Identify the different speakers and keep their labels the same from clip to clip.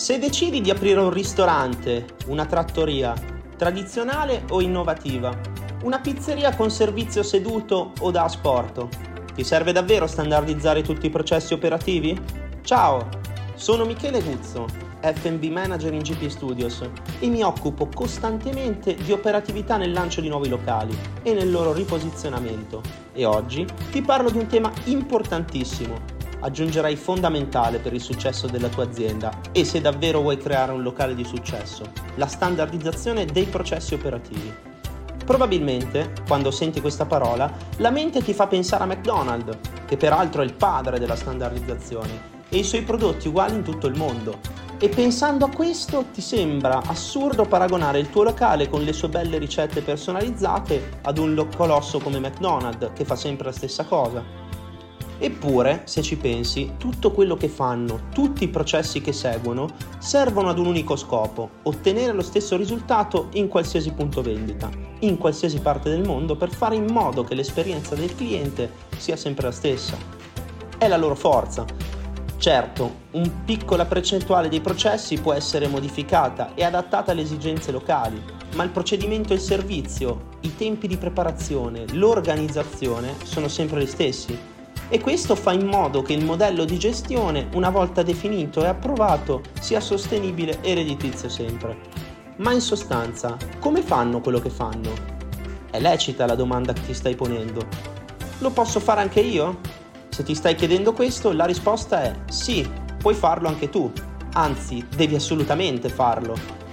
Speaker 1: Se decidi di aprire un ristorante, una trattoria, tradizionale o innovativa, una pizzeria con servizio seduto o da asporto, ti serve davvero standardizzare tutti i processi operativi? Ciao, sono Michele Guzzo, F&B Manager in GP Studios e mi occupo costantemente di operatività nel lancio di nuovi locali e nel loro riposizionamento. E oggi ti parlo di un tema importantissimo. Aggiungerai fondamentale per il successo della tua azienda e se davvero vuoi creare un locale di successo, la standardizzazione dei processi operativi. Probabilmente, quando senti questa parola, la mente ti fa pensare a McDonald's, che peraltro è il padre della standardizzazione, e i suoi prodotti uguali in tutto il mondo. E pensando a questo ti sembra assurdo paragonare il tuo locale con le sue belle ricette personalizzate ad un colosso come McDonald's, che fa sempre la stessa cosa. Eppure, se ci pensi, tutto quello che fanno, tutti i processi che seguono, servono ad un unico scopo: ottenere lo stesso risultato in qualsiasi punto vendita, in qualsiasi parte del mondo, per fare in modo che l'esperienza del cliente sia sempre la stessa. È la loro forza. Certo, una piccola percentuale dei processi può essere modificata e adattata alle esigenze locali, ma il procedimento e il servizio, i tempi di preparazione, l'organizzazione sono sempre gli stessi. E questo fa in modo che il modello di gestione, una volta definito e approvato, sia sostenibile e redditizio sempre. Ma in sostanza, come fanno quello che fanno? È lecita la domanda che ti stai ponendo. Lo posso fare anche io? Se ti stai chiedendo questo, la risposta è sì, puoi farlo anche tu. Anzi, devi assolutamente farlo.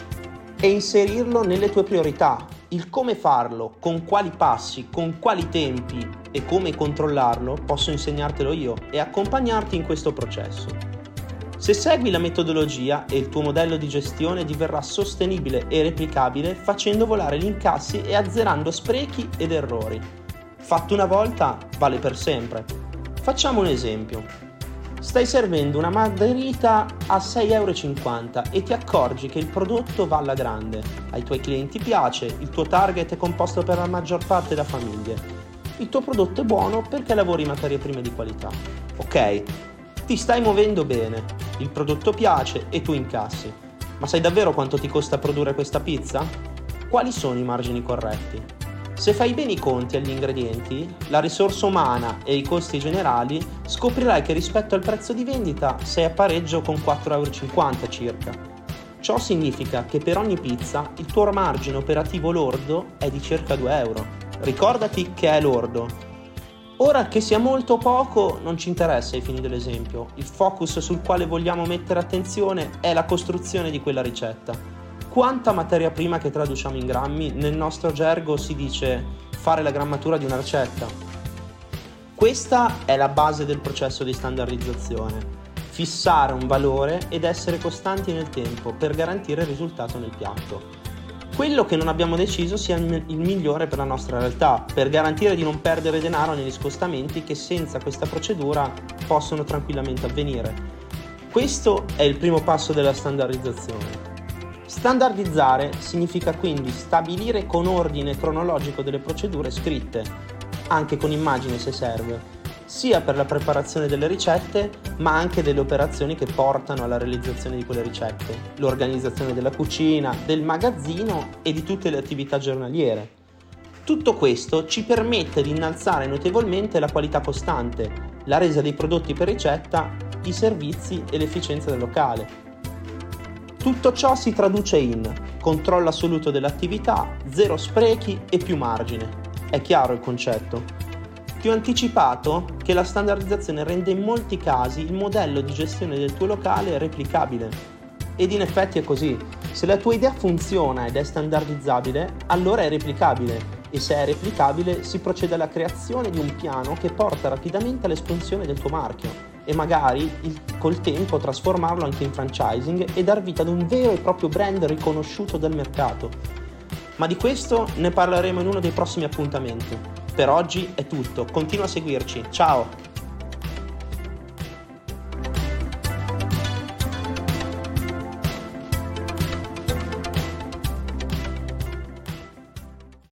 Speaker 1: E inserirlo nelle tue priorità. Il come farlo, con quali passi, con quali tempi e come controllarlo posso insegnartelo io e accompagnarti in questo processo. Se segui la metodologia e il tuo modello di gestione diverrà sostenibile e replicabile facendo volare gli incassi e azzerando sprechi ed errori. Fatto una volta vale per sempre. Facciamo un esempio. Stai servendo una margherita a 6,50 € e ti accorgi che il prodotto va alla grande. Ai tuoi clienti piace, il tuo target è composto per la maggior parte da famiglie. Il tuo prodotto è buono perché lavori in materie prime di qualità. Ok, ti stai muovendo bene, il prodotto piace e tu incassi. Ma sai davvero quanto ti costa produrre questa pizza? Quali sono i margini corretti? Se fai bene i conti agli ingredienti, la risorsa umana e i costi generali, scoprirai che rispetto al prezzo di vendita sei a pareggio con 4,50 € circa. Ciò significa che per ogni pizza il tuo margine operativo lordo è di circa 2 euro. Ricordati che è lordo. Ora, che sia molto o poco non ci interessa ai fini dell'esempio. Il focus sul quale vogliamo mettere attenzione è la costruzione di quella ricetta. Quanta materia prima che traduciamo in grammi, nel nostro gergo si dice fare la grammatura di una ricetta. Questa è la base del processo di standardizzazione. Fissare un valore ed essere costanti nel tempo per garantire il risultato nel piatto. Quello che non abbiamo deciso sia il migliore per la nostra realtà, per garantire di non perdere denaro negli scostamenti che senza questa procedura possono tranquillamente avvenire. Questo è il primo passo della standardizzazione. Standardizzare significa quindi stabilire con ordine cronologico delle procedure scritte, anche con immagini se serve, sia per la preparazione delle ricette, ma anche delle operazioni che portano alla realizzazione di quelle ricette, l'organizzazione della cucina, del magazzino e di tutte le attività giornaliere. Tutto questo ci permette di innalzare notevolmente la qualità costante, la resa dei prodotti per ricetta, i servizi e l'efficienza del locale. Tutto ciò si traduce in controllo assoluto dell'attività, zero sprechi e più margine. È chiaro il concetto? Ti ho anticipato che la standardizzazione rende in molti casi il modello di gestione del tuo locale replicabile. Ed in effetti è così. Se la tua idea funziona ed è standardizzabile, allora è replicabile. E se è replicabile, si procede alla creazione di un piano che porta rapidamente all'espansione del tuo marchio. E magari col tempo trasformarlo anche in franchising e dar vita ad un vero e proprio brand riconosciuto dal mercato. Ma di questo ne parleremo in uno dei prossimi appuntamenti. Per oggi è tutto, continua a seguirci, ciao!